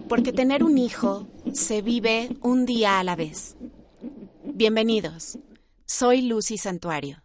Porque tener un hijo se vive un día a la vez. Bienvenidos, soy Lucy Santuario.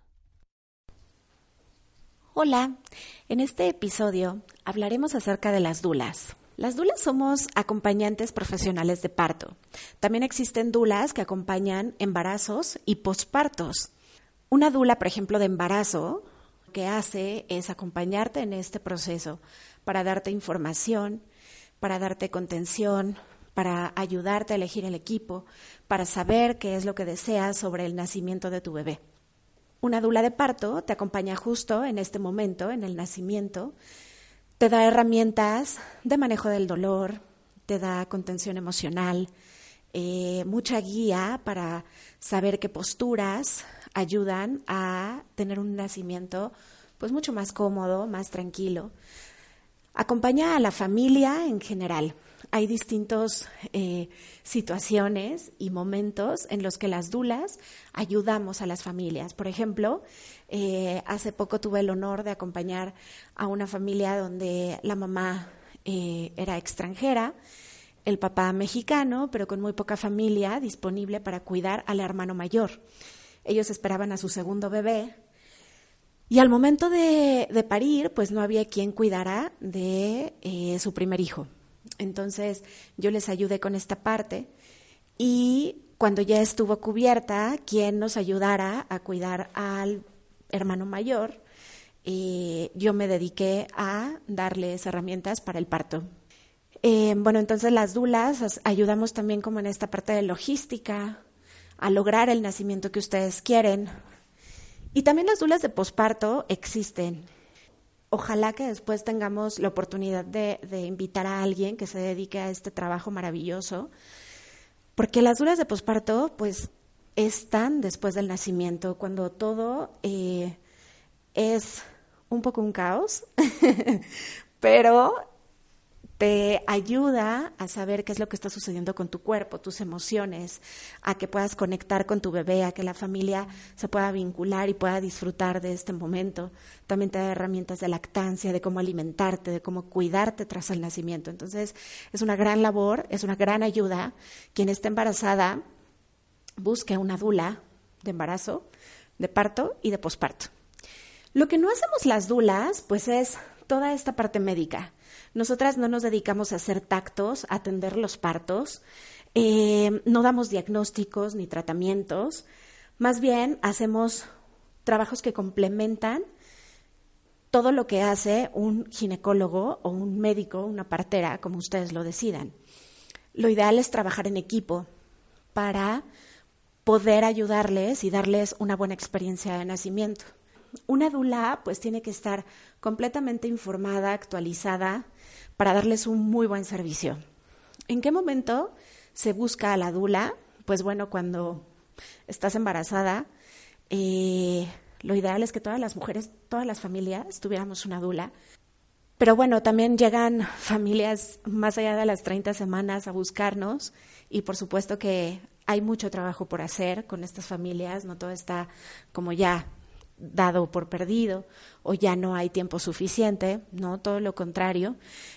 Hola, en este episodio hablaremos acerca de las dulas. Las dulas somos acompañantes profesionales de parto. También existen dulas que acompañan embarazos y pospartos. Una dula, por ejemplo, de embarazo, lo que hace es acompañarte en este proceso para darte información, para darte contención, para ayudarte a elegir el equipo, para saber qué es lo que deseas sobre el nacimiento de tu bebé. Una dula de parto te acompaña justo en este momento, en el nacimiento, te da herramientas de manejo del dolor, te da contención emocional, mucha guía para saber qué posturas ayudan a tener un nacimiento pues mucho más cómodo, más tranquilo. Acompaña a la familia en general. Hay distintas situaciones y momentos en los que las dulas ayudamos a las familias. Por ejemplo, hace poco tuve el honor de acompañar a una familia donde la mamá era extranjera, el papá mexicano, pero con muy poca familia disponible para cuidar al hermano mayor. Ellos esperaban a su segundo bebé. Y al momento de parir, pues no había quien cuidara de su primer hijo. Entonces yo les ayudé con esta parte y cuando ya estuvo cubierta, quien nos ayudara a cuidar al hermano mayor, yo me dediqué a darles herramientas para el parto. Entonces las dulas ayudamos también como en esta parte de logística, a lograr el nacimiento que ustedes quieren. Y también las dulas de posparto existen. Ojalá que después tengamos la oportunidad de invitar a alguien que se dedique a este trabajo maravilloso, porque las dulas de posparto pues están después del nacimiento, cuando todo es un poco un caos, pero te ayuda a saber qué es lo que está sucediendo con tu cuerpo, tus emociones, a que puedas conectar con tu bebé, a que la familia se pueda vincular y pueda disfrutar de este momento. También te da herramientas de lactancia, de cómo alimentarte, de cómo cuidarte tras el nacimiento. Entonces, es una gran labor, es una gran ayuda. Quien esté embarazada, busque una dula de embarazo, de parto y de posparto. Lo que no hacemos las dulas, pues es toda esta parte médica. Nosotras no nos dedicamos a hacer tactos, a atender los partos, no damos diagnósticos ni tratamientos, más bien hacemos trabajos que complementan todo lo que hace un ginecólogo o un médico, una partera, como ustedes lo decidan. Lo ideal es trabajar en equipo para poder ayudarles y darles una buena experiencia de nacimiento. Una dula pues tiene que estar completamente informada, actualizada, para darles un muy buen servicio. ¿En qué momento se busca a la dula? Pues bueno, cuando estás embarazada, lo ideal es que todas las mujeres, todas las familias tuviéramos una dula. Pero bueno, también llegan familias más allá de las 30 semanas a buscarnos y por supuesto que hay mucho trabajo por hacer con estas familias, no todo está como ya dado por perdido o ya no hay tiempo suficiente, no, todo lo contrario.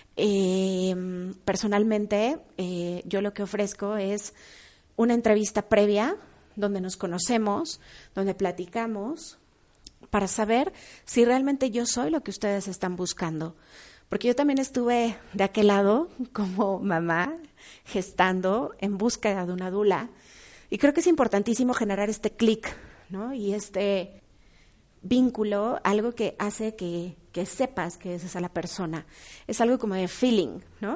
Personalmente, yo lo que ofrezco es una entrevista previa donde nos conocemos, donde platicamos para saber si realmente yo soy lo que ustedes están buscando. Porque yo también estuve de aquel lado como mamá, gestando en búsqueda de una dula y creo que es importantísimo generar este clic, ¿no? Y este vínculo, algo que hace que sepas que es esa la persona. Es algo como de feeling, ¿no?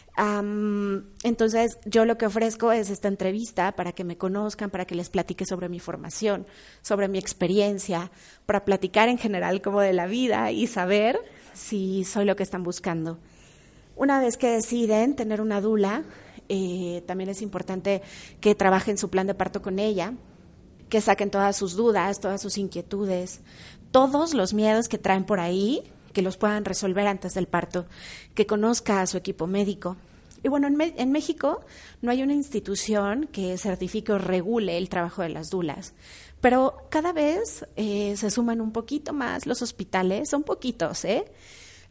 Entonces, yo lo que ofrezco es esta entrevista para que me conozcan, para que les platique sobre mi formación, sobre mi experiencia, para platicar en general como de la vida y saber si soy lo que están buscando. Una vez que deciden tener una dula, también es importante que trabajen su plan de parto con ella, que saquen todas sus dudas, todas sus inquietudes, todos los miedos que traen por ahí, que los puedan resolver antes del parto, que conozca a su equipo médico. Y bueno, en México no hay una institución que certifique o regule el trabajo de las dulas, pero cada vez se suman un poquito más los hospitales, son poquitos,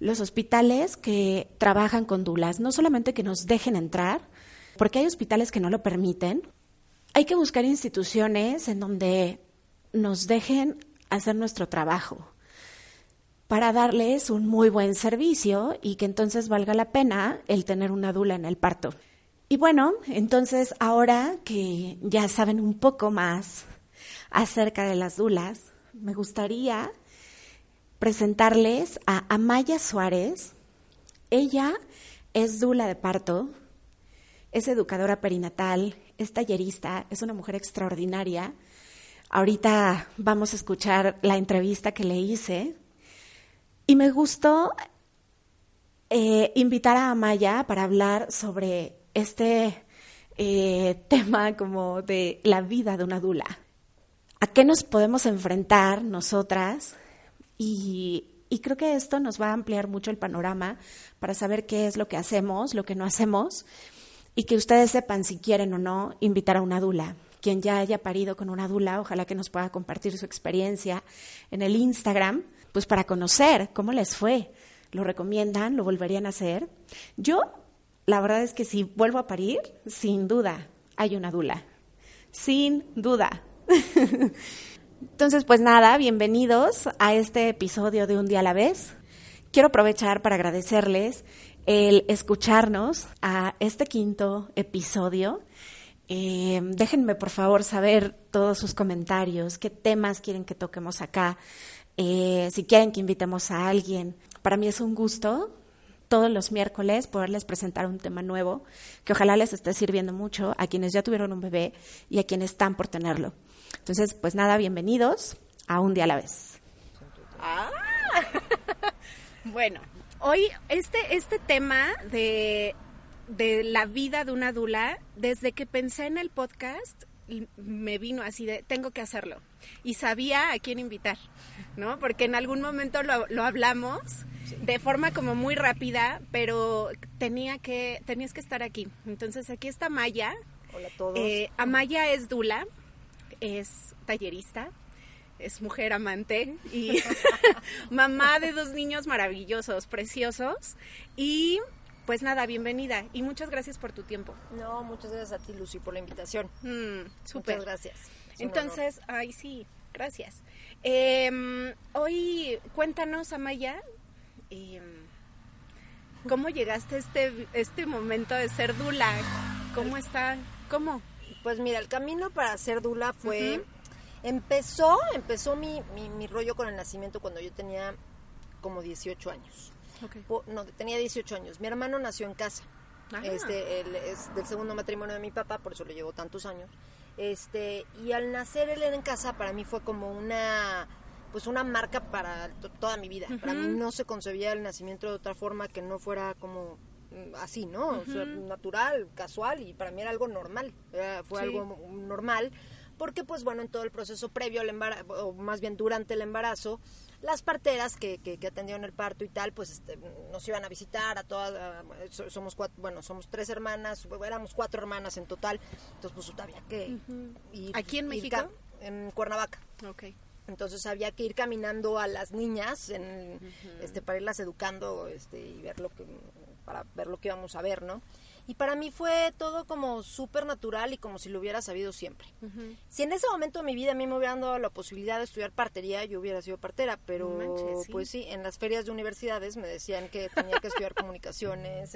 los hospitales que trabajan con dulas, no solamente que nos dejen entrar, porque hay hospitales que no lo permiten. Hay que buscar instituciones en donde nos dejen hacer nuestro trabajo para darles un muy buen servicio y que entonces valga la pena el tener una dula en el parto. Y bueno, entonces ahora que ya saben un poco más acerca de las dulas, me gustaría presentarles a Amaya Suárez. Ella es dula de parto, es educadora perinatal, es tallerista, es una mujer extraordinaria. Ahorita vamos a escuchar la entrevista que le hice y me gustó invitar a Amaya para hablar sobre este tema como de la vida de una dula. ¿A qué nos podemos enfrentar nosotras? Y creo que esto nos va a ampliar mucho el panorama para saber qué es lo que hacemos, lo que no hacemos, y que ustedes sepan si quieren o no invitar a una dula. Quien ya haya parido con una dula, ojalá que nos pueda compartir su experiencia en el Instagram, pues para conocer cómo les fue. ¿Lo recomiendan? ¿Lo volverían a hacer? Yo, la verdad es que si vuelvo a parir, sin duda hay una dula. Sin duda. Entonces, pues nada, bienvenidos a este episodio de Un Día a la Vez. Quiero aprovechar para agradecerles el escucharnos a este 5º episodio. Déjenme, por favor, saber todos sus comentarios, qué temas quieren que toquemos acá, si quieren que invitemos a alguien. Para mí es un gusto todos los miércoles poderles presentar un tema nuevo que ojalá les esté sirviendo mucho a quienes ya tuvieron un bebé y a quienes están por tenerlo. Entonces, pues nada, bienvenidos a Un Día a la Vez. Bueno, hoy este tema de la vida de una dula, desde que pensé en el podcast, me vino así de, tengo que hacerlo. Y sabía a quién invitar, ¿no? Porque en algún momento lo hablamos de forma como muy rápida, pero tenías que estar aquí. Entonces, aquí está Amaya. Hola a todos. Amaya es dula, es tallerista, es mujer amante y mamá de 2 niños maravillosos, preciosos. Y pues nada, bienvenida y muchas gracias por tu tiempo. No, muchas gracias a ti, Lucy, por la invitación. Súper. Muchas gracias. Entonces, ay, sí, gracias. Hoy, cuéntanos, Amaya, ¿cómo llegaste a este momento de ser dula? ¿Cómo está? ¿Cómo? Pues mira, el camino para ser dula fue... Empezó mi rollo con el nacimiento cuando yo tenía como 18 años. Okay. No, tenía 18 años. Mi hermano nació en casa. Él es del segundo matrimonio de mi papá, por eso le llevó tantos años. Y al nacer él en casa, para mí fue como una marca para toda mi vida. Para mí no se concebía el nacimiento de otra forma que no fuera como así, ¿no? O sea, natural, casual, y para mí era algo normal. Fue algo normal, porque pues bueno, en todo el proceso previo al embarazo, o más bien durante el embarazo, las parteras que atendieron el parto y tal, pues nos iban a visitar a todas, somos 3 hermanas, éramos 4 hermanas en total, entonces pues había que ir. ¿Aquí en México? En Cuernavaca. Okay. Entonces había que ir caminando a las niñas para irlas educando y para ver lo que íbamos a ver, ¿no? Y para mí fue todo como súper natural y como si lo hubiera sabido siempre. Si en ese momento de mi vida a mí me hubieran dado la posibilidad de estudiar partería, yo hubiera sido partera, pero pues sí, en las ferias de universidades me decían que tenía que estudiar comunicaciones,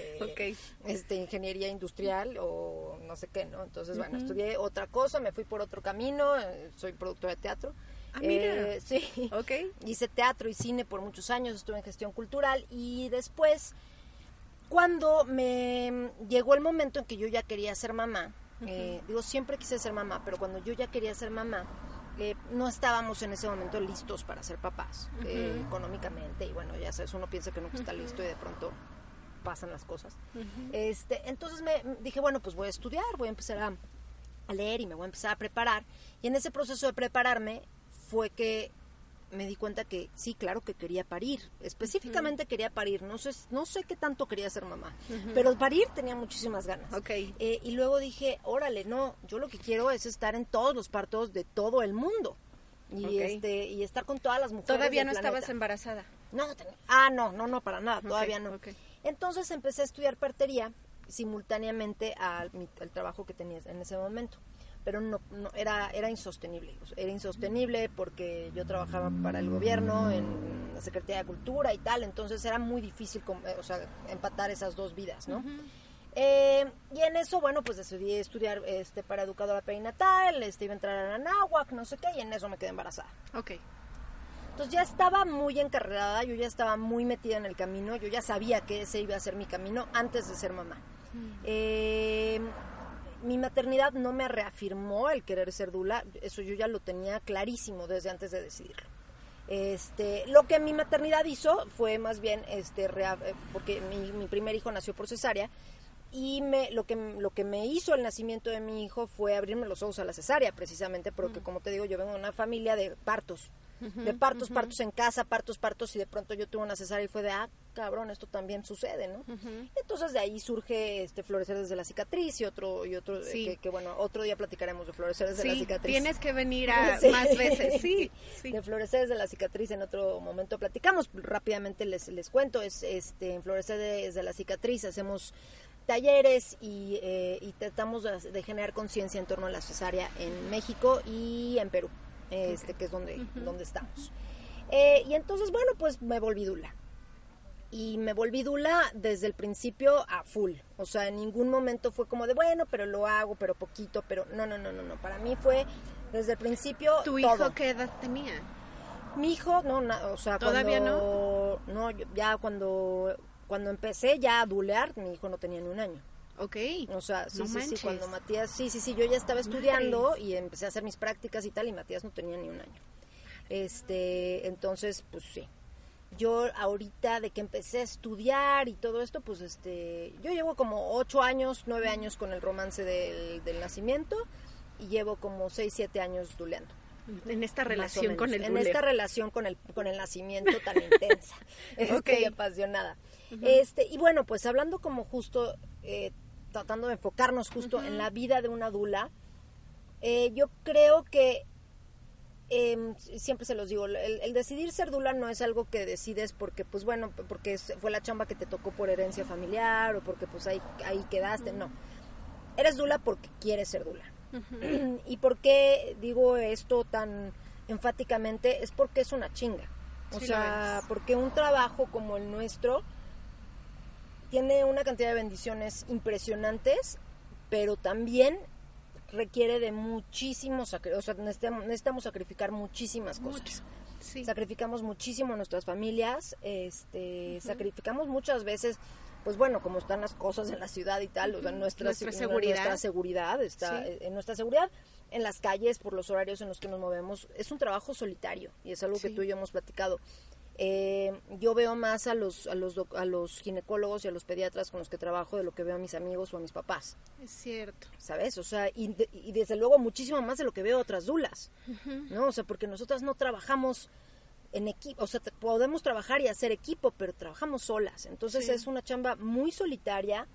ingeniería industrial o no sé qué, ¿no? Entonces, bueno, estudié otra cosa, me fui por otro camino, soy productora de teatro. Mira. Sí. Okay. Hice teatro y cine por muchos años, estuve en gestión cultural y después, cuando me llegó el momento en que yo ya quería ser mamá, siempre quise ser mamá, pero cuando yo ya quería ser mamá, no estábamos en ese momento listos para ser papás, económicamente, y bueno, ya sabes, uno piensa que nunca está listo y de pronto pasan las cosas. Entonces me dije, bueno, pues voy a estudiar, voy a empezar a leer y me voy a empezar a preparar, y en ese proceso de prepararme fue que me di cuenta que sí, claro que quería parir, específicamente quería parir, no sé qué tanto quería ser mamá, pero parir tenía muchísimas ganas. Okay. Y luego dije, órale, no, yo lo que quiero es estar en todos los partos de todo el mundo. y y estar con todas las mujeres. ¿Todavía no del planeta. estabas embarazada? No, no, para nada, todavía no. Okay. Entonces empecé a estudiar partería simultáneamente al trabajo que tenía en ese momento. Pero no era insostenible. Era insostenible porque yo trabajaba para el gobierno en la Secretaría de Cultura y tal, entonces era muy difícil empatar esas dos vidas, ¿no? Uh-huh. Y en eso, bueno, pues decidí estudiar para educadora perinatal, iba a entrar a la náhuac, no sé qué, y en eso me quedé embarazada. Okay. Entonces ya estaba muy encarregada, yo ya estaba muy metida en el camino, yo ya sabía que ese iba a ser mi camino antes de ser mamá. Mi maternidad no me reafirmó el querer ser dula, eso yo ya lo tenía clarísimo desde antes de decidirlo. Lo que mi maternidad hizo fue más bien porque mi primer hijo nació por cesárea y lo que me hizo el nacimiento de mi hijo fue abrirme los ojos a la cesárea, precisamente porque como te digo, yo vengo de una familia de partos. De partos en casa, partos, y de pronto yo tuve una cesárea y fue de, cabrón, esto también sucede, ¿no? Entonces de ahí surge Florecer desde la cicatriz y otro sí. que bueno, otro día platicaremos de Florecer desde la cicatriz. Tienes que venir sí. más veces, sí. De Florecer desde la cicatriz en otro momento platicamos, rápidamente les cuento, en Florecer desde la cicatriz hacemos talleres y tratamos de generar conciencia en torno a la cesárea en México y en Perú. Que es donde estamos. Y entonces, bueno, pues me volví dula. Y me volví dula desde el principio a full. O sea, en ningún momento fue como de, bueno, pero lo hago, pero poquito, pero no. Para mí fue desde el principio ¿Tu todo. hijo qué edad tenía? Mi hijo, ¿Todavía no? No, ya cuando empecé ya a dulear, mi hijo no tenía ni un año. Okay. O sea, sí, manches. cuando Matías, yo ya estaba estudiando y empecé a hacer mis prácticas y tal, y Matías no tenía ni un año. Entonces, pues sí. Yo ahorita de que empecé a estudiar y todo esto, pues yo llevo como 9 años con el romance del nacimiento y llevo como 6, 7 años duleando. En esta relación con el duleo. En esta relación con el nacimiento tan intensa, y apasionada. Y bueno, pues hablando como justo, tratando de enfocarnos justo en la vida de una dula, yo creo que siempre se los digo, el decidir ser dula no es algo que decides porque, pues bueno, porque fue la chamba que te tocó por herencia familiar o porque pues ahí quedaste, no. Eres dula porque quieres ser dula. ¿Y por qué digo esto tan enfáticamente? Es porque es una chinga. O sea, porque un trabajo como el nuestro tiene una cantidad de bendiciones impresionantes, pero también requiere de muchísimos sacrificios. O sea, necesitamos sacrificar muchísimas cosas. Sí. Sacrificamos muchísimo a nuestras familias, sacrificamos muchas veces, pues bueno, como están las cosas en la ciudad y tal, o sea, nuestra seguridad está en nuestra seguridad en las calles por los horarios en los que nos movemos. Es un trabajo solitario y es algo que tú y yo hemos platicado. Yo veo más a los ginecólogos y a los pediatras con los que trabajo de lo que veo a mis amigos o a mis papás. Es cierto. ¿Sabes? O sea, y desde luego muchísimo más de lo que veo a otras dulas, ¿no? O sea, porque nosotras no trabajamos en equipo, o sea, podemos trabajar y hacer equipo, pero trabajamos solas. Entonces es una chamba muy solitaria,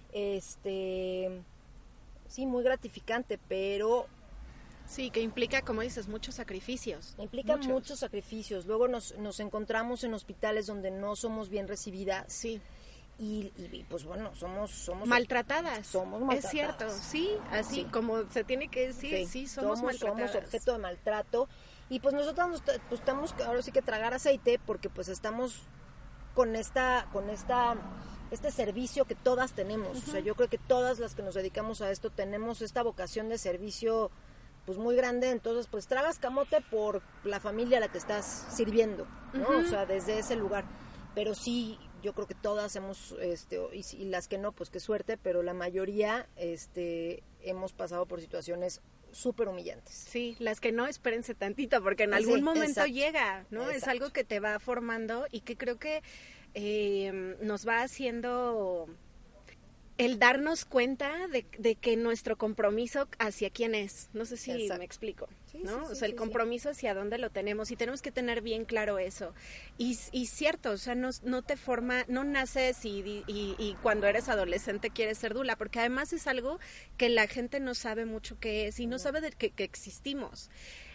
sí, muy gratificante, pero sí, que implica, como dices, muchos sacrificios. Implica muchos sacrificios. Luego nos encontramos en hospitales donde no somos bien recibidas. Sí. Y pues bueno, somos maltratadas. Somos maltratadas. Es cierto, sí, así como se tiene que decir, sí, somos maltratadas. Somos objeto de maltrato. Y pues nosotros pues estamos ahora sí que tragar aceite porque pues estamos con este servicio que todas tenemos. O sea, yo creo que todas las que nos dedicamos a esto tenemos esta vocación de servicio pues muy grande, entonces pues tragas camote por la familia a la que estás sirviendo, ¿no? O sea, desde ese lugar. Pero sí, yo creo que todas hemos, y las que no, pues qué suerte, pero la mayoría, hemos pasado por situaciones súper humillantes. Sí, las que no, espérense tantito, porque en algún momento llega, ¿no? Exacto. Es algo que te va formando y que creo que nos va haciendo el darnos cuenta de que nuestro compromiso hacia quién es. No sé si me explico, ¿no? O sea, el compromiso hacia dónde lo tenemos y tenemos que tener bien claro eso. Y cierto, o sea, no te forma, no naces y cuando eres adolescente quieres ser dula, porque además es algo que la gente no sabe mucho qué es y no sabe de que existimos.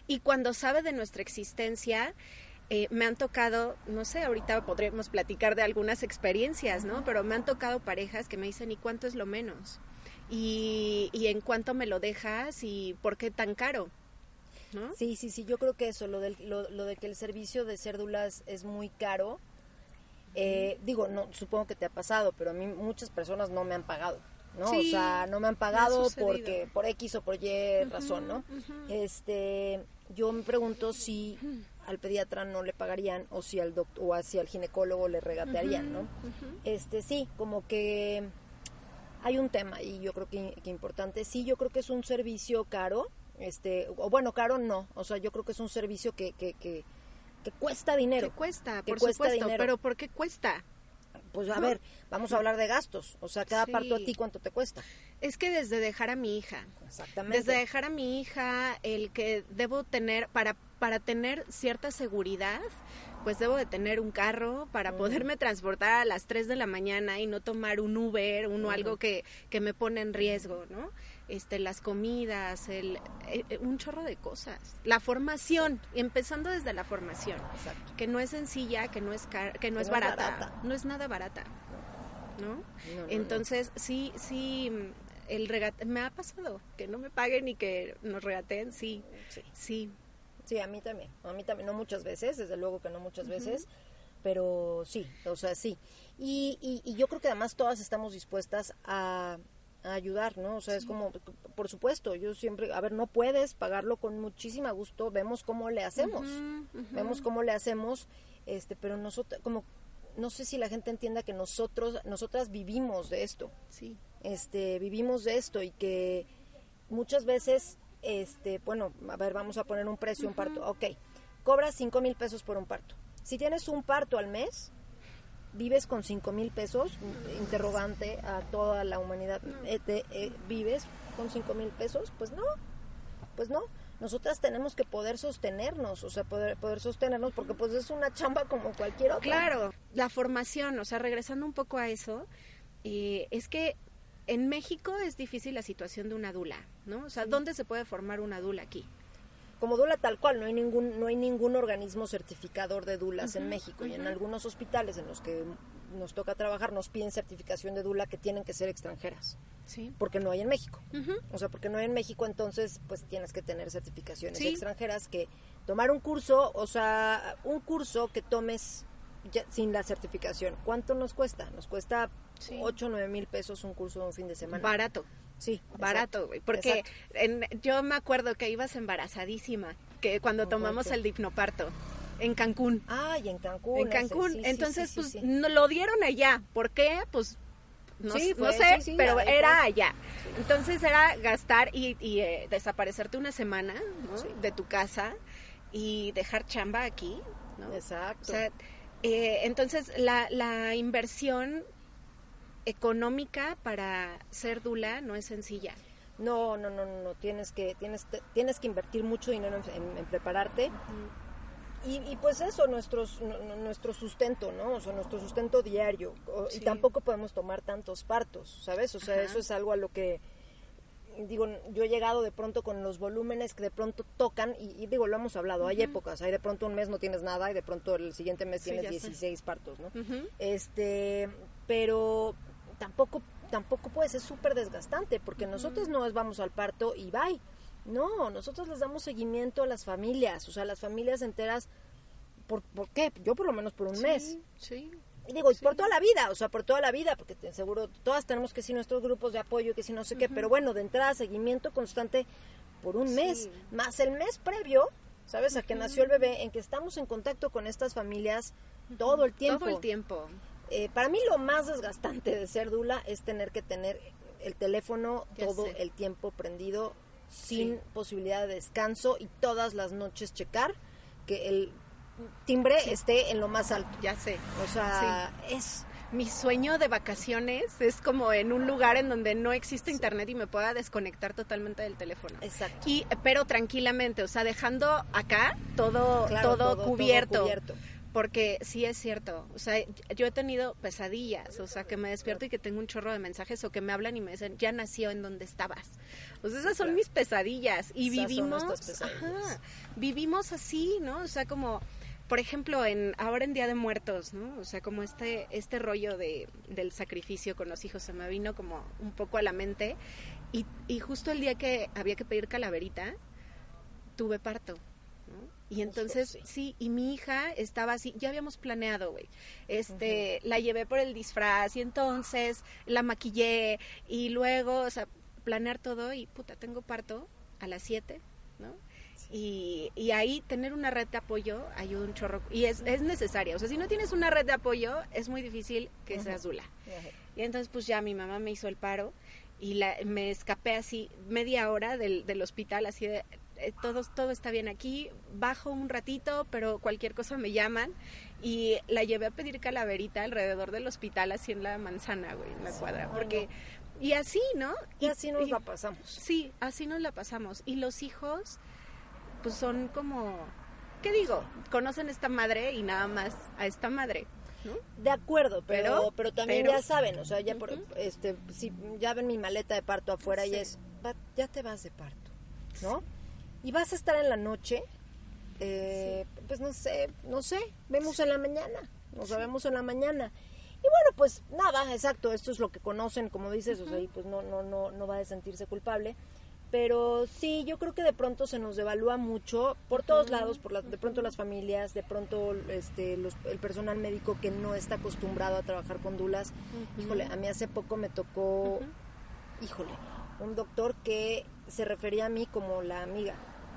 Y cuando sabe de nuestra existencia, me han tocado, no sé, ahorita podremos platicar de algunas experiencias, ¿no? Pero me han tocado parejas que me dicen, ¿y cuánto es lo menos? ¿Y en cuánto me lo dejas? ¿Y por qué tan caro? ¿No? Sí, yo creo que eso, lo de que el servicio de ser dula es muy caro, digo, no, supongo que te ha pasado, pero a mí muchas personas no me han pagado, ¿no? Sí, o sea, no me han pagado porque por X o por Y razón, ¿no? Yo me pregunto si al pediatra no le pagarían o si al doctor o si al ginecólogo le regatearían, ¿no? Sí, como que hay un tema y yo creo que importante. Sí, yo creo que es un servicio caro, o bueno, caro no, o sea, yo creo que es un servicio que cuesta dinero. Que cuesta, que por cuesta supuesto, dinero. Pero ¿por qué cuesta? Pues a ver, vamos a hablar de gastos, o sea, cada parto a ti, ¿cuánto te cuesta? Es que desde dejar a mi hija. Exactamente. Desde dejar a mi hija, el que debo tener, para tener cierta seguridad, pues debo de tener un carro para poderme transportar a las 3 de la mañana y no tomar un Uber, algo que me pone en riesgo, ¿no? Las comidas, un chorro de cosas. La formación, empezando desde la formación. Exacto. Que no es sencilla, que no es barata. No es nada barata, ¿no? Entonces, sí, el regate, me ha pasado que no me paguen y que nos regateen, sí. Sí, a mí también, no muchas veces, desde luego que no muchas veces, pero sí, o sea, sí. Y yo creo que además todas estamos dispuestas a ayudar, ¿no? O sea, es como, por supuesto, yo siempre, a ver, no puedes pagarlo con muchísimo gusto, vemos cómo le hacemos, pero nosotros, como, no sé si la gente entienda que nosotras vivimos de esto, vivimos de esto y que muchas veces, bueno, a ver, vamos a poner un precio, un parto, ok, cobras 5,000 pesos por un parto. Si tienes un parto al mes, ¿vives con 5,000 pesos? Interrogante a toda la humanidad. ¿Vives con 5,000 pesos? Pues no. Nosotras tenemos que poder sostenernos, o sea, poder sostenernos porque pues es una chamba como cualquier otra. Claro, la formación, o sea, regresando un poco a eso, es que en México es difícil la situación de una dula, ¿no? O sea, ¿dónde se puede formar una dula aquí? Como dula tal cual, no hay ningún organismo certificador de dulas en México y en algunos hospitales en los que nos toca trabajar nos piden certificación de dula que tienen que ser extranjeras. Sí. Porque no hay en México. O sea, porque no hay en México, entonces pues tienes que tener certificaciones extranjeras, que tomar un curso, o sea, un curso que tomes sin la certificación. ¿Cuánto nos cuesta? Nos cuesta 8 o 9 mil pesos un curso de un fin de semana. Barato. Sí, barato, güey, porque yo me acuerdo que ibas embarazadísima, que cuando tomamos el dipnoparto en Cancún. Y en Cancún. En Cancún, sí, entonces sí. No, lo dieron allá, ¿por qué? Pues no sé, pero era allá. Sí. Entonces era gastar y desaparecerte una semana, ¿no? De tu casa y dejar chamba aquí, ¿no? Exacto. O sea, entonces la inversión económica para ser dula no es sencilla. No, tienes que invertir mucho dinero en prepararte. Y pues eso, nuestro sustento, ¿no? O sea, nuestro sustento diario. Y tampoco podemos tomar tantos partos, ¿sabes? O sea, eso es algo a lo que, digo, yo he llegado de pronto con los volúmenes que de pronto tocan, y digo, lo hemos hablado, hay épocas, hay de pronto un mes no tienes nada y de pronto el siguiente mes tienes 16 partos, ¿no? Pero tampoco puede ser súper desgastante, porque nosotros no vamos al parto y bye. No, nosotros les damos seguimiento a las familias, o sea, las familias enteras, ¿por qué? Yo por lo menos por un mes. Sí. Y digo, y por toda la vida, o sea, por toda la vida, porque seguro todas tenemos que sí nuestros grupos de apoyo, que sí no sé qué, pero bueno, de entrada seguimiento constante por un mes, más el mes previo, ¿sabes? A que nació el bebé, en que estamos en contacto con estas familias todo el tiempo. Todo el tiempo. Para mí lo más desgastante de ser dula es tener que tener el teléfono todo el tiempo prendido, sin posibilidad de descanso, y todas las noches checar que el timbre esté en lo más alto. Ya sé. O sea, es... Mi sueño de vacaciones es como en un lugar en donde no existe internet y me pueda desconectar totalmente del teléfono. Exacto. Pero tranquilamente, o sea, dejando acá todo cubierto. porque sí es cierto, o sea, yo he tenido pesadillas, o sea, que me despierto y que tengo un chorro de mensajes o que me hablan y me dicen, ya nació en donde estabas. O sea, esas son mis pesadillas y vivimos así, ¿no? O sea, como, por ejemplo, ahora en Día de Muertos, ¿no? O sea, como este rollo del sacrificio con los hijos se me vino como un poco a la mente y justo el día que había que pedir calaverita, tuve parto. Y entonces, sí, y mi hija estaba así, ya habíamos planeado, güey, la llevé por el disfraz y entonces la maquillé y luego, o sea, planear todo y puta, tengo parto a las 7, ¿no? Sí. Y ahí tener una red de apoyo ayuda un chorro y es necesaria, o sea, si no tienes una red de apoyo es muy difícil que seas dula. Y entonces pues ya mi mamá me hizo el paro y me escapé así media hora del hospital, así de... Todo está bien aquí, bajo un ratito, pero cualquier cosa me llaman y la llevé a pedir calaverita alrededor del hospital, así en la manzana, güey, en la cuadra, porque y así, ¿no? Y así nos la pasamos. Sí, así nos la pasamos. Y los hijos, pues son como, ¿qué digo? Conocen esta madre y nada más a esta madre, ¿no? De acuerdo, pero también ya saben, o sea, ya si ya ven mi maleta de parto afuera y ya te vas de parto, ¿no? Y vas a estar en la noche, pues no sé, vemos en la mañana, nos sabemos en la mañana. Y bueno, pues nada, exacto, esto es lo que conocen, como dices, o sea, y pues no va a sentirse culpable. Pero sí, yo creo que de pronto se nos devalúa mucho por todos lados, de pronto las familias, de pronto el personal médico que no está acostumbrado a trabajar con dulas. Híjole, a mí hace poco me tocó, un doctor que se refería a mí como la amiga.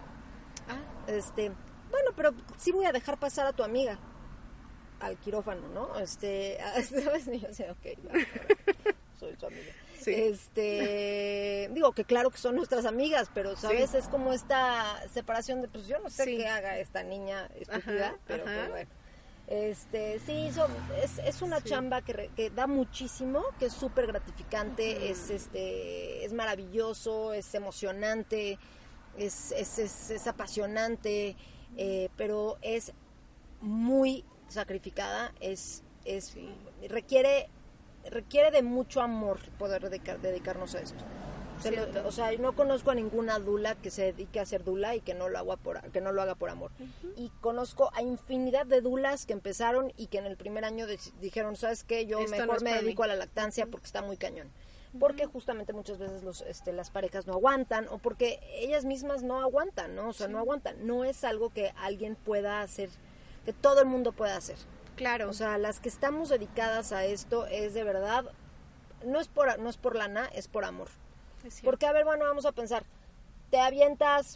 Bueno, pero sí voy a dejar pasar a tu amiga al quirófano, ¿no? ¿Sabes? Y yo decía, ok, soy su amiga. Sí. Digo que claro que son nuestras amigas, pero ¿sabes? Sí. Es como esta separación de, pues yo no sé qué haga esta niña estúpida, pero pues bueno. Sí, es una chamba que da muchísimo, que es súper gratificante, es maravilloso, es emocionante, es apasionante, pero es muy sacrificada, requiere de mucho amor poder dedicarnos a esto. O sea, no conozco a ninguna dula que se dedique a ser dula y que no lo haga por amor. Y conozco a infinidad de dulas que empezaron y que en el primer año dijeron, ¿sabes qué? Yo mejor me dedico a la lactancia porque está muy cañón. Porque justamente muchas veces las parejas no aguantan o porque ellas mismas no aguantan, ¿no? O sea, no aguantan. No es algo que alguien pueda hacer, que todo el mundo pueda hacer. Claro. O sea, las que estamos dedicadas a esto es de verdad, no es por lana, es por amor. Porque, a ver, bueno, vamos a pensar, te avientas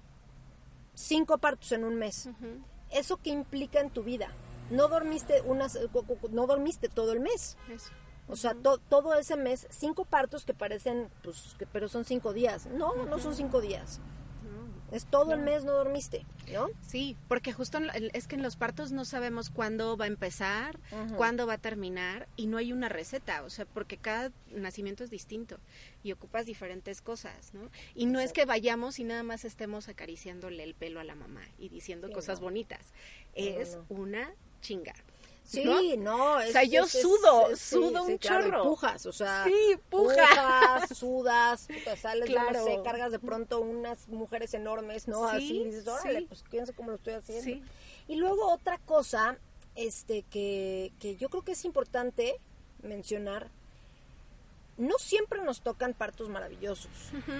5 partos en un mes. ¿Eso qué implica en tu vida? No dormiste todo el mes. Eso. O sea, todo ese mes, 5 partos que parecen, pues, pero son 5 días. No son 5 días. Es todo el mes no dormiste, ¿no? Sí, porque justo es que en los partos no sabemos cuándo va a empezar, cuándo va a terminar y no hay una receta, o sea, porque cada nacimiento es distinto y ocupas diferentes cosas, ¿no? Y no es que vayamos y nada más estemos acariciándole el pelo a la mamá y diciendo cosas bonitas. Es una chinga. Sí, o sea, yo sudo un chorro. Claro, pujas, o sea, pujas, sudas, sales, no sé, cargas de pronto unas mujeres enormes, ¿no? Así dices, órale, pues fíjense cómo lo estoy haciendo. Sí. Y luego otra cosa, que yo creo que es importante mencionar, no siempre nos tocan partos maravillosos.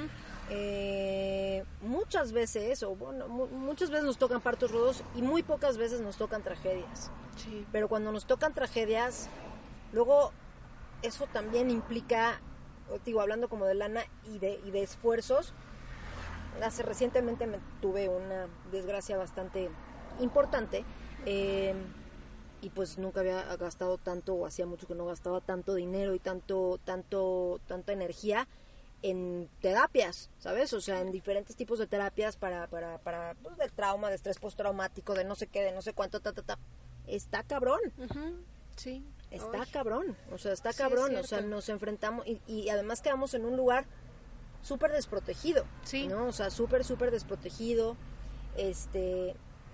Muchas veces nos tocan partos rudos y muy pocas veces nos tocan tragedias. Sí. Pero cuando nos tocan tragedias, luego eso también implica, digo, hablando como de lana y de esfuerzos. Recientemente tuve una desgracia bastante importante y pues nunca había gastado tanto, o hacía mucho que no gastaba tanto dinero y tanta energía en terapias, ¿sabes? O sea, en diferentes tipos de terapias para pues, del trauma, de estrés postraumático, de no sé qué, de no sé cuánto, Está cabrón. Sí. Está cabrón. O sea, está cabrón. O sea, nos enfrentamos y además quedamos en un lugar súper desprotegido. Sí. ¿No? O sea, súper desprotegido.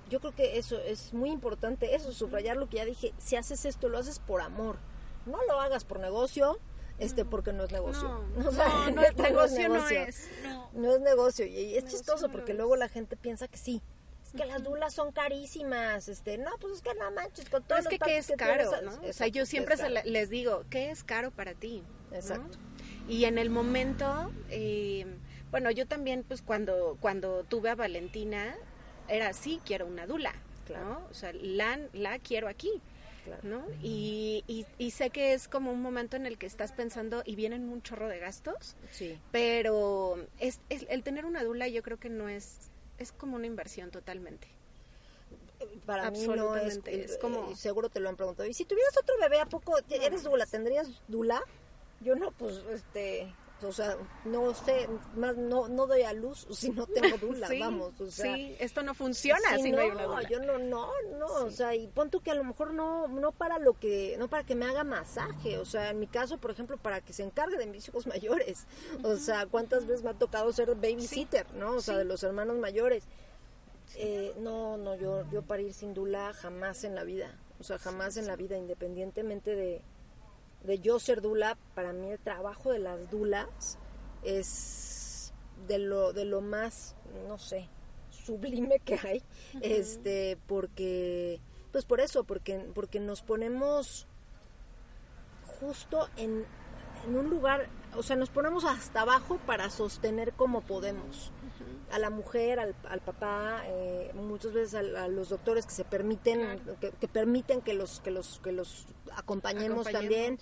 yo creo que eso es muy importante, eso, subrayar lo que ya dije, si haces esto, lo haces por amor, no lo hagas por negocio, porque no es negocio. No, o sea, no, el negocio no es. No es negocio, y es chistoso porque luego la gente piensa que sí. Es que las dulas son carísimas, no, pues es que no manches, con todos los que ¿qué es caro, tienes, ¿no? Exacto, o sea, yo siempre les digo, ¿qué es caro para ti? Exacto. ¿No? Y en el momento, bueno, yo también, pues cuando tuve a Valentina, era así, quiero una dula, claro. ¿No? O sea, la quiero aquí. Claro. ¿No? Y sé que es como un momento en el que estás pensando y vienen un chorro de gastos, sí. Pero el tener una dula yo creo que no es como una inversión totalmente. Para mí no es como... seguro te lo han preguntado. ¿Y si tuvieras otro bebé, a poco eres dula? ¿Tendrías dula? Yo no, pues, o sea, no sé, más no doy a luz si no tengo dula, sí, vamos, o sea, sí, esto no funciona si no hay una dula. Yo no, sí. O sea, y pon tú que a lo mejor no para que me haga masaje, o sea, en mi caso, por ejemplo, para que se encargue de mis hijos mayores, o sea, cuántas veces me ha tocado ser babysitter, ¿no? O sea, de los hermanos mayores. No, yo para ir sin dula jamás en la vida, o sea, jamás en la vida, independientemente de yo ser dula. Para mí el trabajo de las dulas es de lo más, no sé, sublime que hay, porque pues por eso, porque nos ponemos justo en un lugar, o sea, nos ponemos hasta abajo para sostener como podemos a la mujer, al papá, muchas veces a los doctores que se permiten, claro. que permiten que los acompañemos también,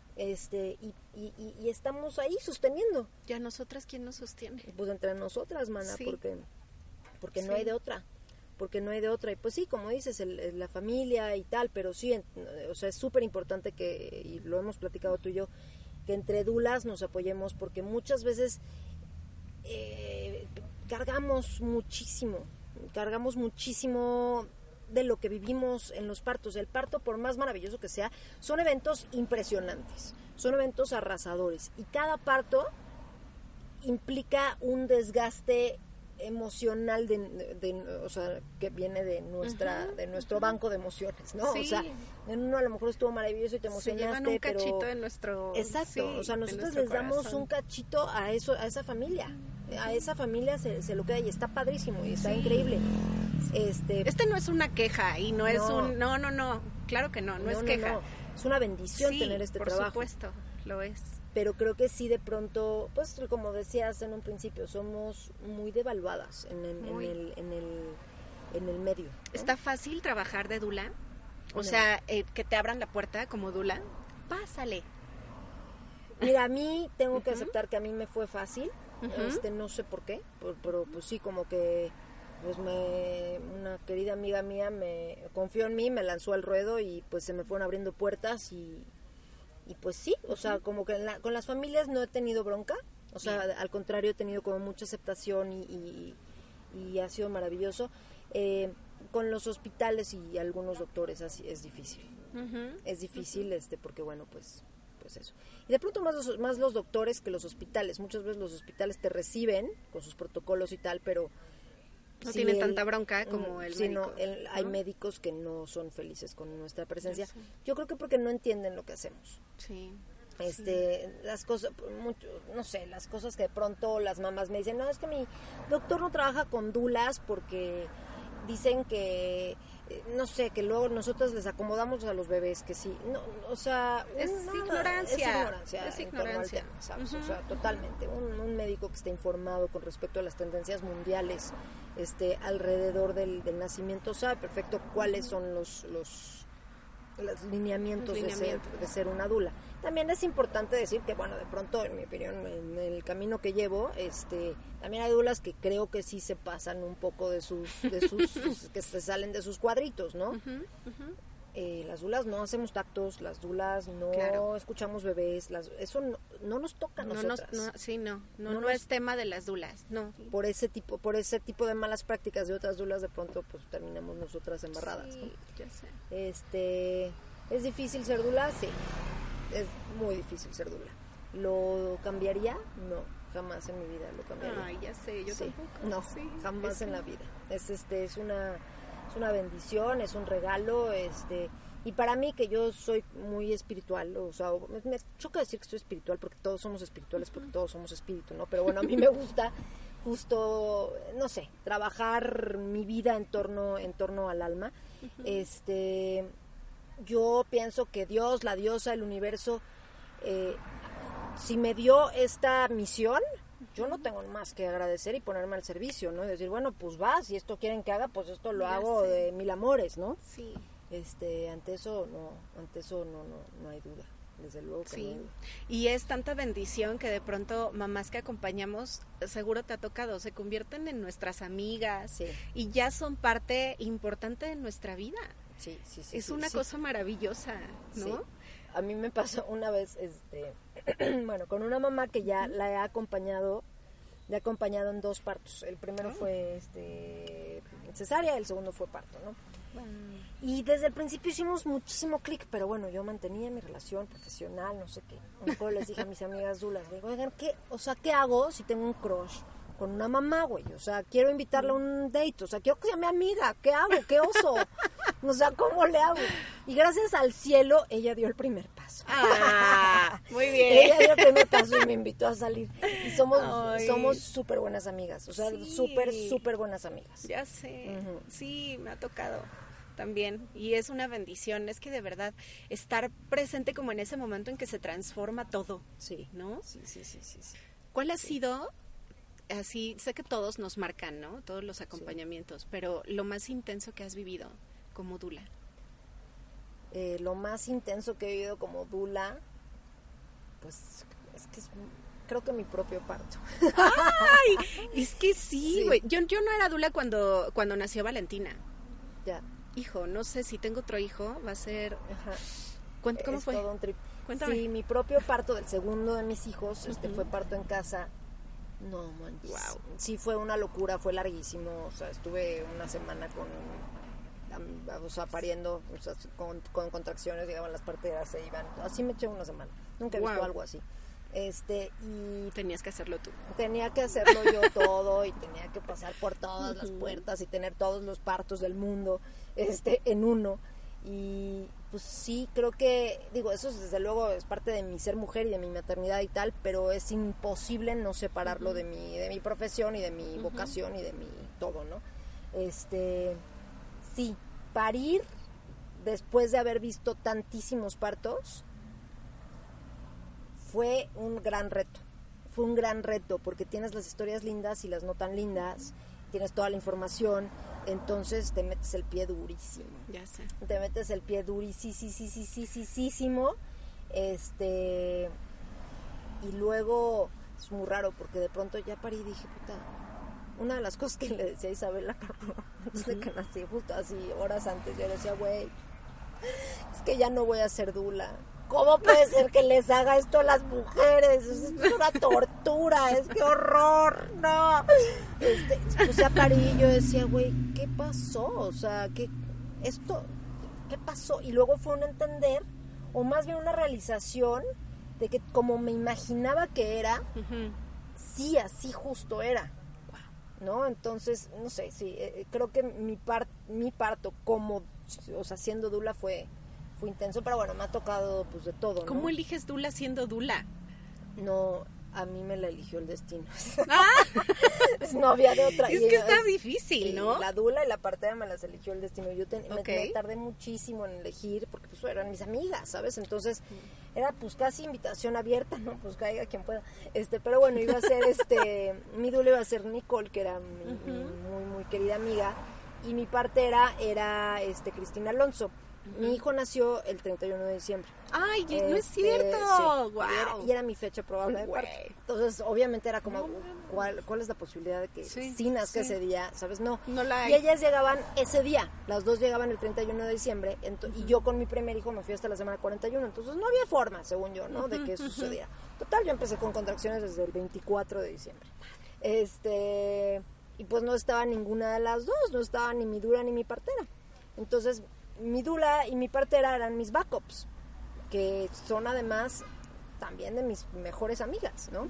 y estamos ahí sosteniendo. ¿Y a nosotras quién nos sostiene? Pues entre nosotras, mana, sí. porque no hay de otra. Porque no hay de otra. Y pues sí, como dices, la familia y tal, pero sí, o sea, es súper importante y lo hemos platicado tú y yo, que entre dulas nos apoyemos, porque muchas veces cargamos muchísimo de lo que vivimos en los partos. El parto, por más maravilloso que sea, son eventos impresionantes, son eventos arrasadores, y cada parto implica un desgaste emocional o sea, que viene de nuestro banco de emociones, ¿no? Sí. O sea, en uno a lo mejor estuvo maravilloso y te emocionaste, se llevan un cachito de nuestro... Exacto, sí, o sea, nosotros les damos corazón. Un cachito a esa familia. A esa familia se lo queda y está padrísimo y está increíble. Este no es una queja y no es un... No, claro que no es queja. No. Es una bendición tener este trabajo. Por supuesto, lo es. Pero creo que sí, de pronto, pues como decías en un principio, somos muy devaluadas en el medio, ¿no? ¿Está fácil trabajar de dula? O sea, que te abran la puerta como dula. Pásale. Mira, a mí tengo que aceptar que a mí me fue fácil. No sé por qué, pero pues sí, como que pues una querida amiga mía me confió en mí, me lanzó al ruedo y pues se me fueron abriendo puertas y pues sí, o sea, como que con las familias no he tenido bronca, o sea, al contrario, he tenido como mucha aceptación y ha sido maravilloso. Con los hospitales y algunos doctores así es difícil. Es difícil, porque bueno, pues eso. Y de pronto más los doctores que los hospitales. Muchas veces los hospitales te reciben con sus protocolos y tal, pero no tienen tanta bronca como el médico. ¿no? Hay médicos que no son felices con nuestra presencia. Yo creo que porque no entienden lo que hacemos. Sí. Las cosas, no sé, las cosas que de pronto las mamás me dicen, no, es que mi doctor no trabaja con dulas porque dicen que, no sé, que luego nosotros les acomodamos a los bebés, que sí, no, o sea, es ignorancia, tema, ¿sabes? O sea, totalmente, un médico que esté informado con respecto a las tendencias mundiales, alrededor del nacimiento, sabe perfecto cuáles son los lineamientos de ser una dula. También es importante decir que, bueno, de pronto, en mi opinión, en el camino que llevo, también hay dulas que creo que sí se pasan un poco de sus que se salen de sus cuadritos, ¿no? Las dulas no hacemos tactos, las dulas no escuchamos bebés, eso no nos toca a nosotras. No es tema de las dulas, no. Por ese tipo de malas prácticas de otras dulas, de pronto pues terminamos nosotras embarradas, sí, ¿no? Ya sé. ¿Es difícil ser dula? Sí, es muy difícil ser dula. ¿Lo cambiaría? No, jamás en mi vida lo cambiaría. Ay, ya sé, yo tampoco. No, jamás en la vida. Es es una bendición, es un regalo, y para mí, que yo soy muy espiritual, o sea, me choca decir que soy espiritual porque todos somos espirituales, porque todos somos espíritu, ¿no? Pero bueno, a mí me gusta justo, no sé, trabajar mi vida en torno al alma. Yo pienso que Dios, la diosa, el universo, si me dio esta misión, yo no tengo más que agradecer y ponerme al servicio, ¿no? Y decir, bueno, pues va, si esto quieren que haga, pues esto lo hago de mil amores, ¿no? Sí. Ante eso no hay duda, desde luego que no hay duda. Y es tanta bendición que de pronto mamás que acompañamos, seguro te ha tocado, se convierten en nuestras amigas y ya son parte importante de nuestra vida. Sí. Es una cosa maravillosa, ¿no? Sí. A mí me pasó una vez, bueno, con una mamá que ya la he acompañado en 2 partos. El primero fue cesárea, el segundo fue parto, ¿no? Y desde el principio hicimos muchísimo clic, pero bueno, yo mantenía mi relación profesional, no sé qué. Mejor les dije a mis amigas dulas, digo, oigan, ¿qué hago si tengo un crush con una mamá, güey? O sea, quiero invitarla a un date, o sea, quiero que sea mi amiga, ¿qué hago? ¿Qué oso? O sea, ¿cómo le hago? Y gracias al cielo, ella dio el primer paso. Muy bien. Ella dio el primer paso y me invitó a salir. Y somos súper buenas amigas, o sea, súper buenas amigas. Ya sé, sí, me ha tocado también, y es una bendición, es que de verdad estar presente como en ese momento en que se transforma todo, ¿no? Sí. ¿Cuál ha sido, así, sé que todos nos marcan, ¿no? Todos los acompañamientos, pero lo más intenso que has vivido como dula? Lo más intenso que he vivido como dula, pues, es que creo que mi propio parto. ¡Ay! Es que sí, güey. Yo no era dula cuando nació Valentina. Ya. Hijo, no sé si tengo otro hijo, va a ser... Ajá. ¿Cómo fue? Todo un trip. Cuéntame. Sí, mi propio parto del segundo de mis hijos, fue parto en casa. No, manches. Wow. Sí, fue una locura, fue larguísimo. O sea, estuve una semana pariendo, o sea, con contracciones, llegaban las parteras, se iban. Así me eché una semana. Nunca he visto algo así. Y tenías que hacerlo tú. Tenía que hacerlo yo todo y tenía que pasar por todas las puertas y tener todos los partos del mundo en uno. Y pues sí, creo que, digo, eso desde luego es parte de mi ser mujer y de mi maternidad y tal, pero es imposible no separarlo de mi profesión y de mi vocación y de mi todo, ¿no? Sí, parir después de haber visto tantísimos partos fue un gran reto. Fue un gran reto porque tienes las historias lindas y las no tan lindas, tienes toda la información, entonces te metes el pie durísimo. Ya sé. Te metes el pie durísimo. Y luego es muy raro porque de pronto ya parí y dije, puta, una de las cosas que le decía a Isabela antes de que nací, justo así horas antes, yo le decía, güey, es que ya no voy a ser dula. ¿Cómo puede ser que les haga esto a las mujeres? Es una tortura, es que horror, no. Pues ya parí y yo decía, güey, ¿qué pasó? O sea, ¿qué pasó? Y luego fue un entender, o más bien una realización de que como me imaginaba que era, sí, así justo era, ¿no? Entonces, no sé, sí, creo que mi parto como, o sea, siendo dula fue intenso, pero bueno, me ha tocado pues de todo, ¿no? ¿Cómo eliges dula siendo dula? No, a mí me la eligió el destino. No había de otra. Es que está difícil, ¿no? La dula y la partera me las eligió el destino. Yo me tardé muchísimo en elegir porque pues eran mis amigas, ¿sabes? Entonces era pues casi invitación abierta, ¿no? Pues caiga quien pueda. Pero bueno, iba a ser mi dula iba a ser Nicole, que era mi muy muy querida amiga, y mi partera era Cristina Alonso. Mi hijo nació el 31 de diciembre. ¡Ay, no es cierto! Sí, wow. y era mi fecha probable de parto. Entonces, obviamente era como, ¿cuál es la posibilidad de que sí nazca ese día? ¿Sabes? No la hay. Y ellas llegaban ese día. Las dos llegaban el 31 de diciembre. Y yo con mi primer hijo me fui hasta la semana 41. Entonces, no había forma, según yo, ¿no? De que eso sucediera. Total, yo empecé con contracciones desde el 24 de diciembre. Y pues no estaba ninguna de las dos. No estaba ni mi dula ni mi partera. Entonces, mi dula y mi partera eran mis backups, que son además también de mis mejores amigas, ¿no?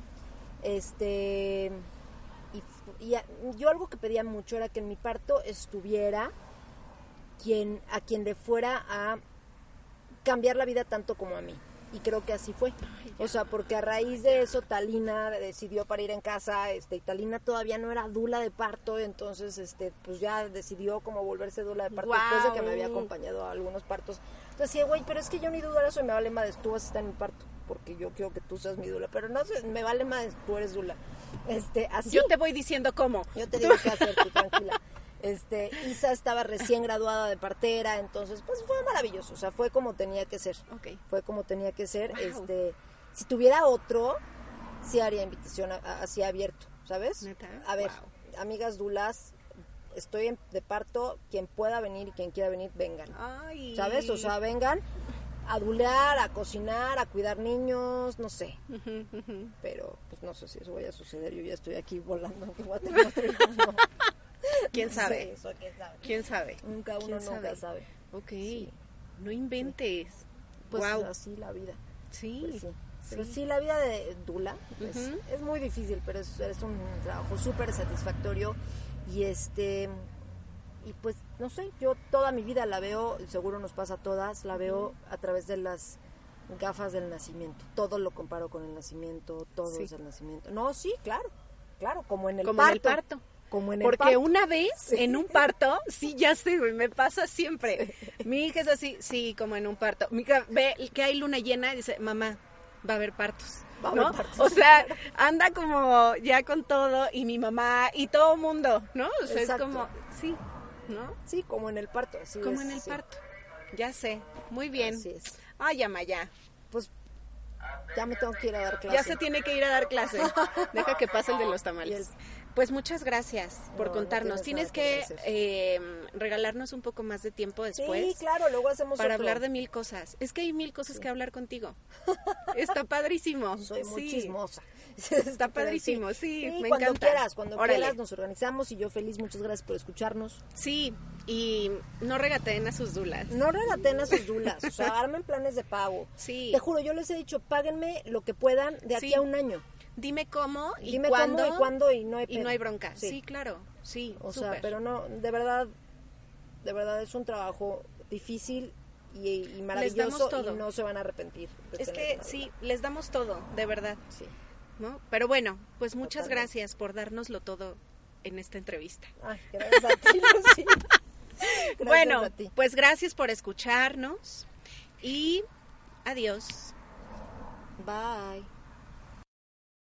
Y yo algo que pedía mucho era que en mi parto estuviera a quien le fuera a cambiar la vida tanto como a mí. Y creo que así fue. O sea, porque a raíz de eso Talina decidió parir en casa, y Talina todavía no era dula de parto, entonces pues ya decidió como volverse dula de parto después de que me había acompañado a algunos partos. Entonces decía, güey, pero es que yo ni dula soy, me vale madres, tú vas a estar en mi parto, porque yo quiero que tú seas mi dula, pero no sé, me vale madres, tú eres dula. Así. Yo te voy diciendo cómo. Yo te digo qué hacer, tú tranquila. Isa estaba recién graduada de partera, entonces pues fue maravilloso, o sea, fue como tenía que ser. Okay. Fue como tenía que ser. Wow. Si tuviera otro, sí haría invitación así abierto, ¿sabes? ¿Neta? A ver, wow. Amigas dulas, estoy de parto, quien pueda venir y quien quiera venir, vengan. Ay. ¿Sabes? O sea, vengan a dular, a cocinar, a cuidar niños, no sé. Pero pues no sé si eso vaya a suceder, yo ya estoy aquí volando en Guatemala. No. ¿Quién sabe? Sí, eso, ¿quién sabe? ¿Quién sabe? Uno nunca sabe. Ok, sí. No inventes. Sí. Pues wow. así la vida. Sí. Pues sí. Sí. Pero sí, la vida de dula es muy difícil, pero es un trabajo súper satisfactorio y y pues no sé, yo toda mi vida la veo, seguro nos pasa a todas, la veo a través de las gafas del nacimiento. Todo lo comparo con el nacimiento, todo es el nacimiento. No, sí, claro, como en el como parto. En el parto. Como en porque el parto. una vez en un parto, sí, ya sé, güey, me pasa siempre. Mi hija es así, sí, como en un parto. Mi hija ve que hay luna llena y dice, mamá, va a haber partos. Va a ¿no? haber partos. O sea, anda como ya con todo y mi mamá y todo mundo, ¿no? O sea, exacto. es como, sí, ¿no? Sí, como en el parto. Así como es, en el sí. parto. Ya sé, muy bien. Así es. Ay, Amaya. Pues ya me tengo que ir a dar clase. Ya se tiene que ir a dar clase. Deja que pase el de los tamales. Pues muchas gracias por contarnos. No tienes que regalarnos un poco más de tiempo después. Sí, claro, luego hacemos para otro. hablar de 1000 cosas. Es que hay 1000 cosas que hablar contigo. Está padrísimo. Soy muy chismosa. Está padrísimo, sí, me cuando encanta. Cuando Órale. quieras nos organizamos y yo feliz. Muchas gracias por escucharnos. Sí, y no regateen a sus dulas. No regateen a sus dulas, o sea, armen planes de pago. Sí. Te juro, yo les he dicho, páguenme lo que puedan de aquí a un año. Dime cómo y Dime cuándo. cómo y cuándo y no hay y no hay bronca. Sí, claro. Sí, o súper. sea, pero no, de verdad es un trabajo difícil y maravilloso y no se van a arrepentir. Es que sí, les damos todo, de verdad. Sí. ¿No? Pero bueno, pues muchas gracias por dárnoslo todo en esta entrevista. Ay, gracias a ti, Lucy. Bueno, a ti. pues gracias por escucharnos y adiós. Bye.